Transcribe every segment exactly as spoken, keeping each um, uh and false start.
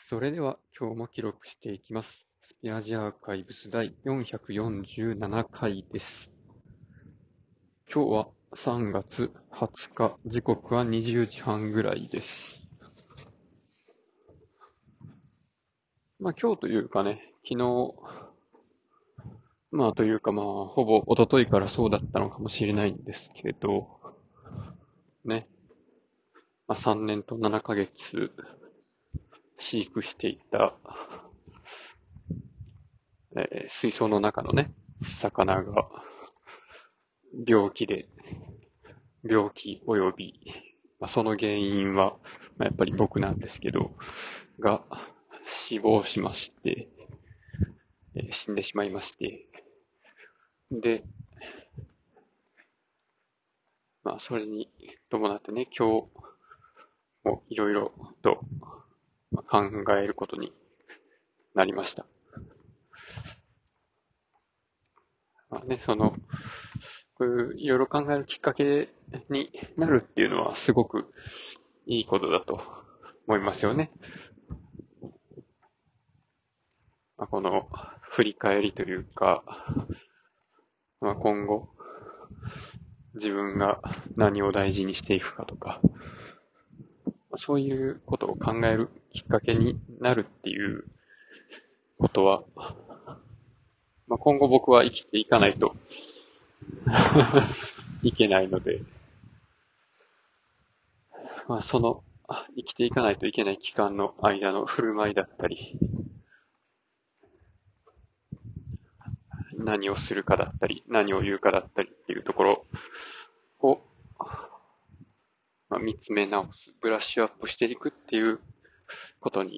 それでは今日も記録していきます。スピアジアーカイブス第よんひゃくよんじゅうななかいです。今日はさんがつはつか、時刻はにじゅうじはんぐらいです。まあ今日というかね、昨日、まあというかまあほぼ一昨日からそうだったのかもしれないんですけど、ね、まあさんねんとななかげつ飼育していた、えー水槽の中のね、魚が病気で病気及び、まあ、その原因は、まあ、やっぱり僕なんですけど、が死亡しまして、えー死んでしまいまして、で、まあそれに伴ってね、今日もいろいろとまあ考えることになりました。まあね、その、こういういろいろ考えるきっかけになるっていうのはすごくいいことだと思いますよね。まあ、この振り返りというか、まあ、今後自分が何を大事にしていくかとか、そういうことを考えるきっかけになるっていうことは、まあ、今後僕は生きていかないといけないので、まあ、その生きていかないといけない期間の間の振る舞いだったり、何をするかだったり、何を言うかだったりっていうところを、まあ、見つめ直す、ブラッシュアップしていくっていうことに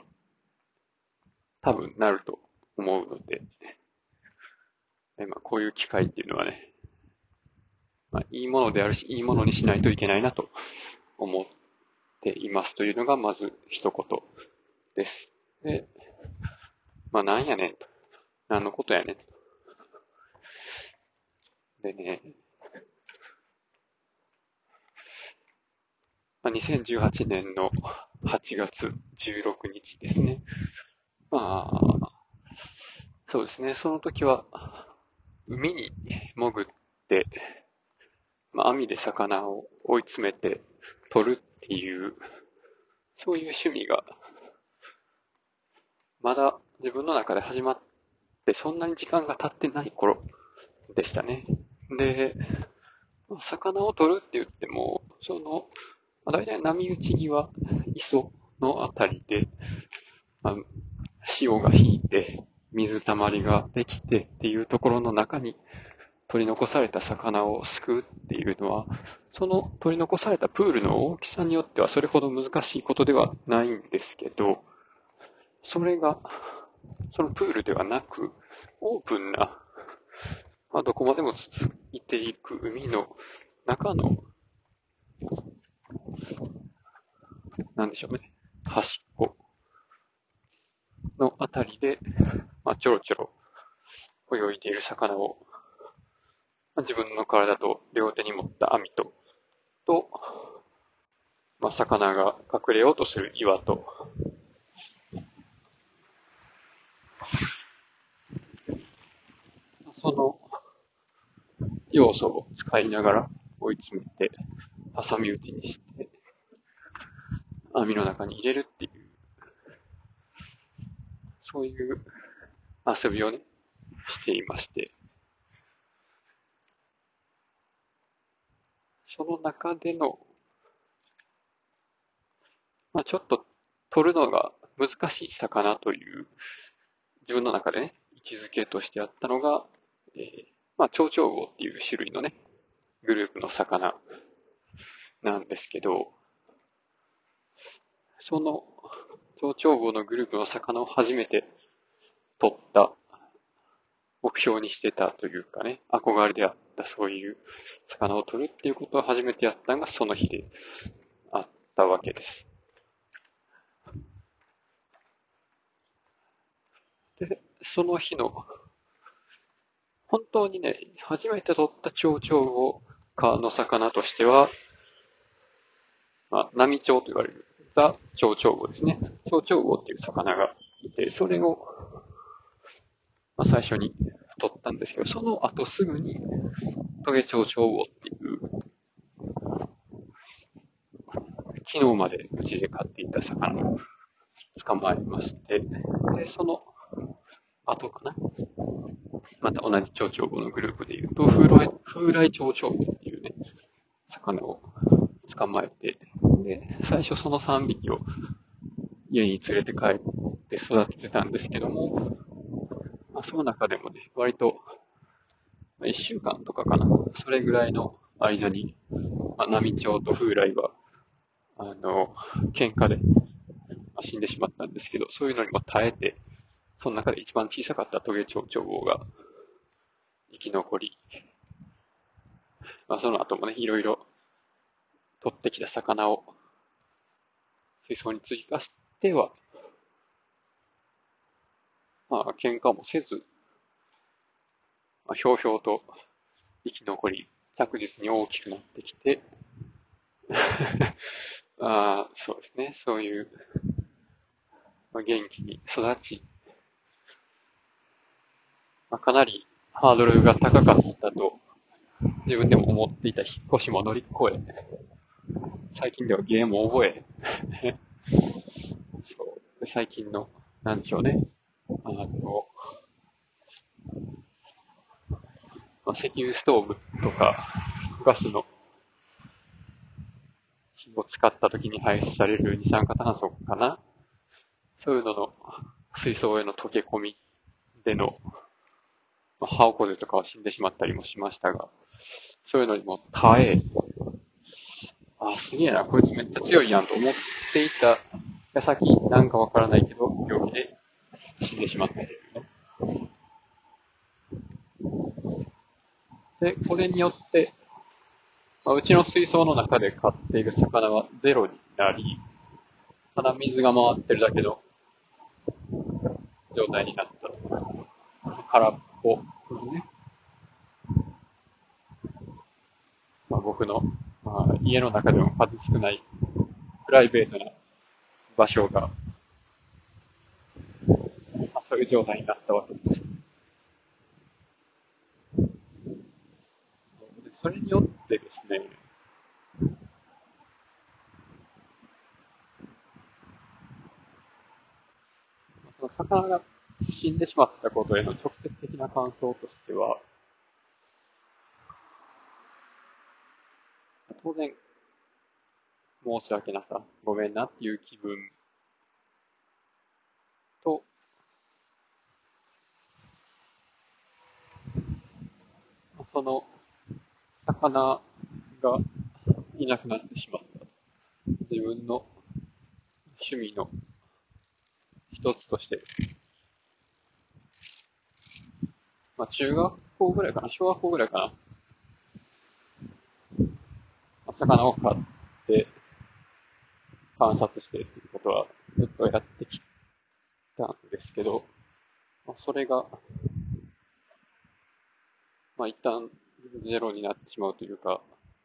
多分なると思うので、まあ、こういう機会っていうのはね、まあ、いいものであるし、いいものにしないといけないなと思っていますというのがまず一言です。で、まあなんやねんと。何のことやねんと。でね、まあ、にせんじゅうはちねんのはちがつじゅうろくにちですね。まあ、そうですね。その時は、海に潜って、まあ、網で魚を追い詰めて取るっていう、そういう趣味が、まだ自分の中で始まって、そんなに時間が経ってない頃でしたね。で、魚を取るって言っても、その、まあ、大体波打ち際、磯のあたりで、まあ、潮が引いて、水たまりができてっていうところの中に取り残された魚を救うっていうのは、その取り残されたプールの大きさによってはそれほど難しいことではないんですけど、それが、そのプールではなく、オープンな、まあ、どこまでも続いていく海の中の、なんでしょうね、端っこのあたりで、まあ、ちょろちょろ泳いでいる魚を、まあ、自分の体と両手に持った網と、と、まあ、魚が隠れようとする岩と、その要素を使いながら追い詰めて、挟み撃ちにして、網の中に入れるっていう、そういう遊びをね、していまして、その中での、まあ、ちょっと取るのが難しい魚という自分の中でね、位置づけとしてあったのが、えー、まあ、蝶々魚っていう種類のね、グループの魚なんですけど、その蝶々魚のグループの魚を初めて取った目標にしてたというかね、憧れであったそういう魚を取るっていうことを初めてやったのがその日であったわけです。で、その日の、本当にね、初めて取った蝶々魚の魚としては、まあ、波蝶と言われるザ・蝶々魚ですね。蝶々魚っていう魚がいて、それを、まあ、最初に取ったんですけど、その後すぐにトゲ蝶々魚っていう昨日までうちで飼っていた魚を捕まえまして、で、その後かな。また同じ蝶々魚のグループで言うと、風来、風来蝶々魚っていうね、魚を捕まえて、で、最初そのさんびきを家に連れて帰って育ててたんですけども、まあ、その中でもね、割といっしゅうかんとかかな、それぐらいの間に、まあ、波蝶と風来は、あの、喧嘩で死んでしまったんですけど、そういうのにも耐えて、その中で一番小さかったトゲ蝶々魚が生き残り、まあ、その後もね、いろいろ取ってきた魚を水槽に追加しては、まあ、喧嘩もせず、まあ、ひょうひょうと生き残り、着実に大きくなってきて、あそうですね、そういう、まあ、元気に育ち、まあ、かなりハードルが高かったと自分でも思っていた引っ越しも乗り越え、最近ではゲームを覚え、そう最近の、なんでしょうね、あの、まあ、石油ストーブとかガスの火を使った時に排出される二酸化炭素かな、そういうのの水槽への溶け込みでの、まあ、ハオコゼとかは死んでしまったりもしましたが、そういうのにも耐え、あ、すげえな、こいつめっちゃ強いやんと思っていた矢先、なんかわからないけど、病気で死んでしまったというね。で、これによって、まあ、うちの水槽の中で飼っている魚はゼロになり、ただ水が回ってるだけの状態になった。空っぽ。ね、まあ、僕の、まあ、家の中でも数少ないプライベートな場所が、まあ、そういう状態になったわけです。それによってですね、その魚が死んでしまったことへの直接的な感想としては、当然、申し訳なさ、ごめんなっていう気分と、その魚がいなくなってしまった。自分の趣味の一つとして、まあ中学校ぐらいかな、小学校ぐらいかな、まあ魚を飼って観察してっていうことはずっとやってきたんですけど、まあ、それが、まあ一旦ゼロになってしまうというか、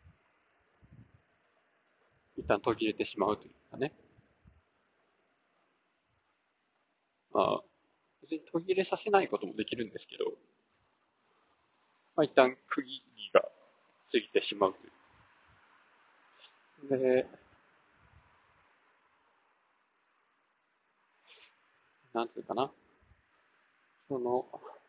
一旦途切れてしまうというかね。まあ、別に途切れさせないこともできるんですけど、まあ一旦区切りが過ぎてしまうという。で、なんていうかな。その、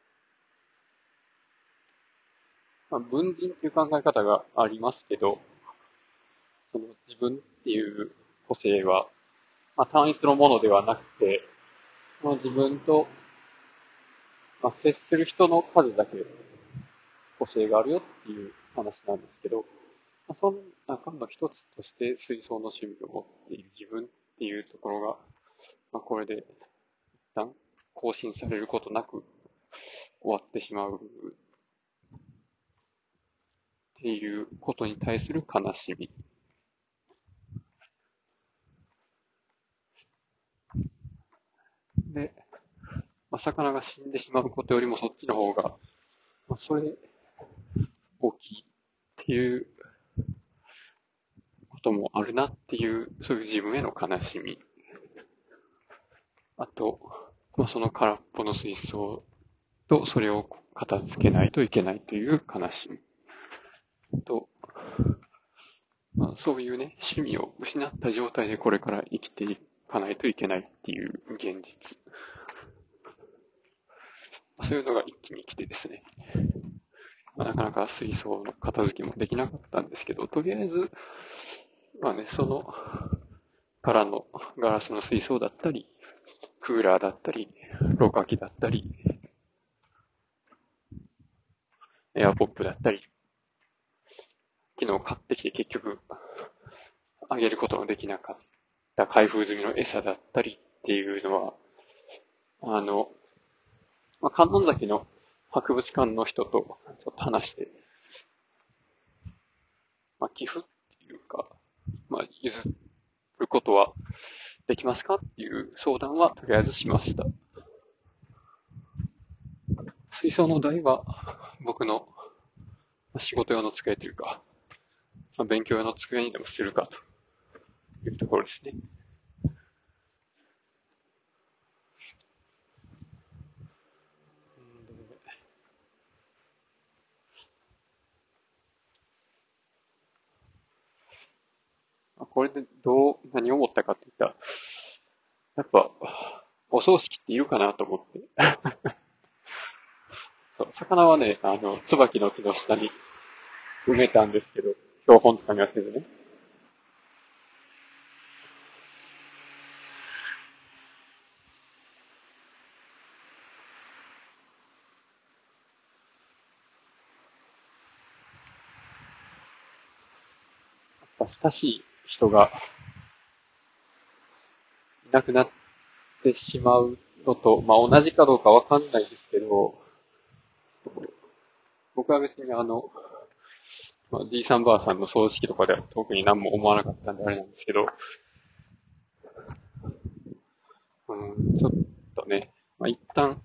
まあ、文人っていう考え方がありますけど、その自分っていう個性は、まあ、単一のものではなくて、まあ、自分と、まあ、接する人の数だけ個性があるよっていう話なんですけど、まあ、その中の一つとして水槽の趣味を持っている自分っていうところが、まあ、これで一旦更新されることなく終わってしまうっていうことに対する悲しみ。で、まあ、魚が死んでしまうことよりもそっちの方が、まあ、それ大きいっていうここともあるなっていう、そういう自分への悲しみ。あと、まあ、その空っぽの水槽とそれを片付けないといけないという悲しみ。と、まあ、そういうね、趣味を失った状態でこれから生きていかないといけないっていう現実。そういうのが一気に来てですね。まあ、なかなか水槽の片付けもできなかったんですけど、とりあえず、まあね、その、空のガラスの水槽だったり、クーラーだったり、ろ過器だったり、エアポップだったり、昨日買ってきて結局、あげることのできなかった開封済みの餌だったりっていうのは、あの、まあ、観音崎の博物館の人とちょっと話して、まあ、寄付っていうか、まあ、譲ることはできますかっていう相談はとりあえずしました。水槽の台は僕の仕事用の机というか、まあ、勉強用の机にでもするかというところですね。これでどう、何を思ったかって言ったら、やっぱ、お葬式って言うかなと思って。そう、魚はね、あの、椿の木の下に埋めたんですけど、標本とかにはせずね。やっぱ親しい人がいなくなってしまうのと、まあ同じかどうかわかんないですけど、僕は別にあの、まあ、じいさんばあさんの葬式とかでは特に何も思わなかったんであれなんですけど、うん、ちょっとね、まあ、一旦、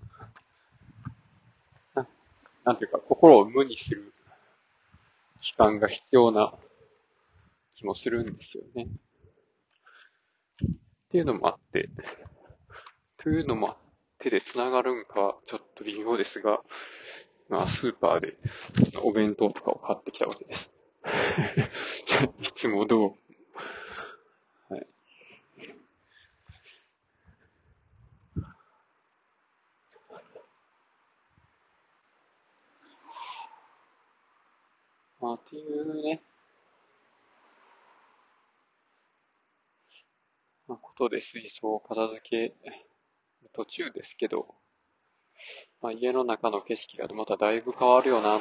な、なんていうか、心を無にする期間が必要な気もするんですよね。っていうのもあって、というのもあってで繋がるんか、ちょっと微妙ですが、まあ、スーパーでお弁当とかを買ってきたわけです。いつもどう、はい。まあ、っていうね、まあ、ことで水槽を片付け途中ですけど、まあ、家の中の景色がまただいぶ変わるよな、と。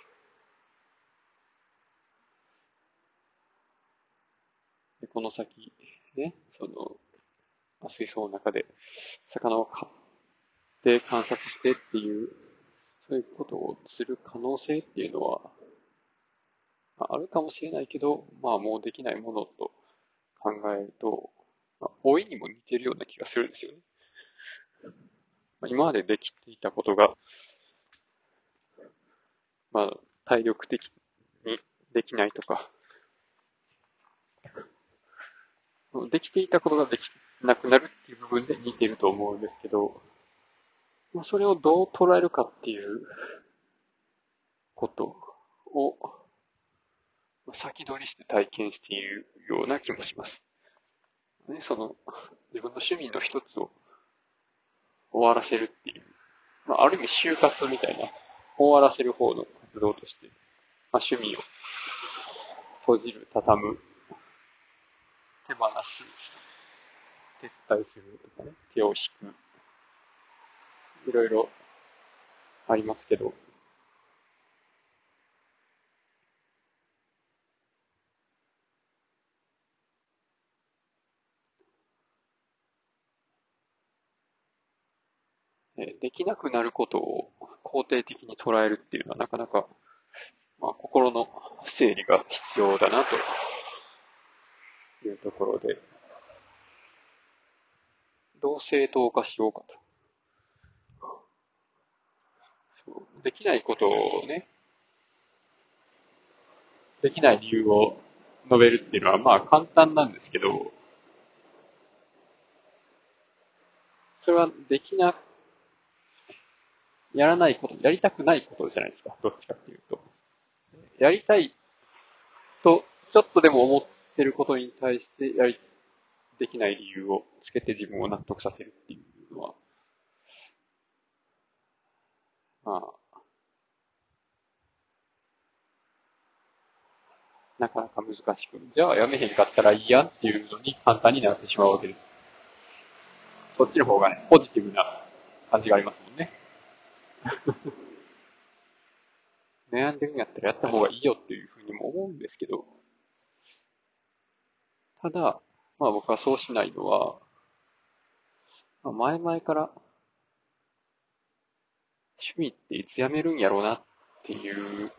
でこの先、ね、その、まあ、水槽の中で魚を飼って観察してっていう、そういうことをする可能性っていうのは、まあ、あるかもしれないけど、まあもうできないものと考えると、まあ、老いにも似てるような気がするんですよね。まあ、今までできていたことが、まあ体力的にできないとか、できていたことができなくなるっていう部分で似てると思うんですけど、まあ、それをどう捉えるかっていうことを先取りして体験しているような気もします。ね、その自分の趣味の一つを終わらせるっていう、まあ、ある意味就活みたいな、終わらせる方の活動として、まあ、趣味を閉じる、畳む、手放す、撤退するとかね、手を引く、いろいろありますけど、えできなくなることを肯定的に捉えるっていうのはなかなか、まあ、心の整理が必要だなというところで、どう正当化しようかと。できないことをね、できない理由を述べるっていうのはまあ簡単なんですけど、それはできな、やらないこと、やりたくないことじゃないですか。どっちかっていうと。やりたいと、ちょっとでも思ってることに対してやり、できない理由をつけて自分を納得させるっていうのは、まあ、なかなか難しく、じゃあやめへんかったらいいやっていうのに簡単になってしまうわけです。そっちの方がね、ポジティブな感じがありますもんね。悩んでるんやったらやった方がいいよっていうふうにも思うんですけど、ただ、まあ僕はそうしないのは、まあ、前々から趣味っていつやめるんやろうなっていう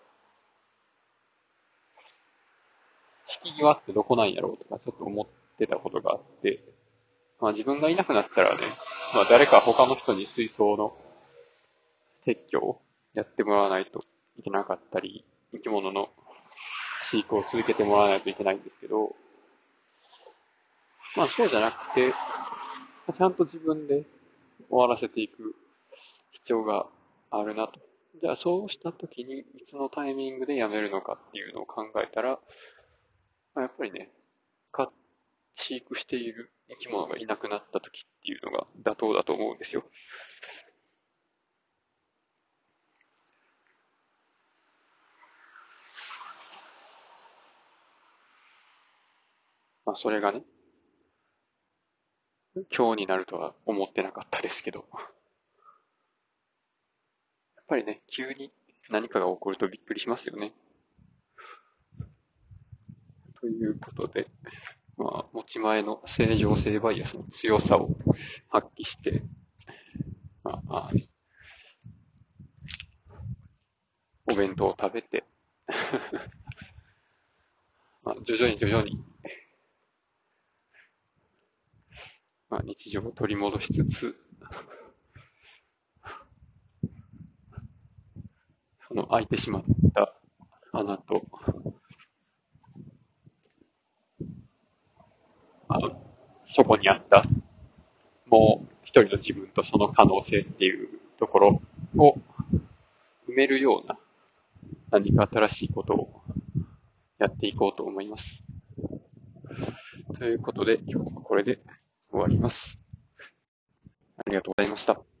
引き際ってどこなんやろうとかちょっと思ってたことがあって、まあ自分がいなくなったらね、まあ誰か他の人に水槽の撤去をやってもらわないといけなかったり、生き物の飼育を続けてもらわないといけないんですけど、まあそうじゃなくて、ちゃんと自分で終わらせていく必要があるなと。じゃあそうした時にいつのタイミングでやめるのかっていうのを考えたら、まあ、やっぱりね、か飼育している生き物がいなくなった時っていうのが妥当だと思うんですよ。まあそれがね、今日になるとは思ってなかったですけど、やっぱりね、急に何かが起こるとびっくりしますよね。ということで、まあ、持ち前の正常性バイアスの強さを発揮して、まあ、お弁当を食べて、まあ、徐々に徐々に、まあ、日常を取り戻しつつ、その開いてしまった穴と、あの、そこにあったもう一人の自分とその可能性っていうところを埋めるような何か新しいことをやっていこうと思います。ということで、今日はこれで終わります。ありがとうございました。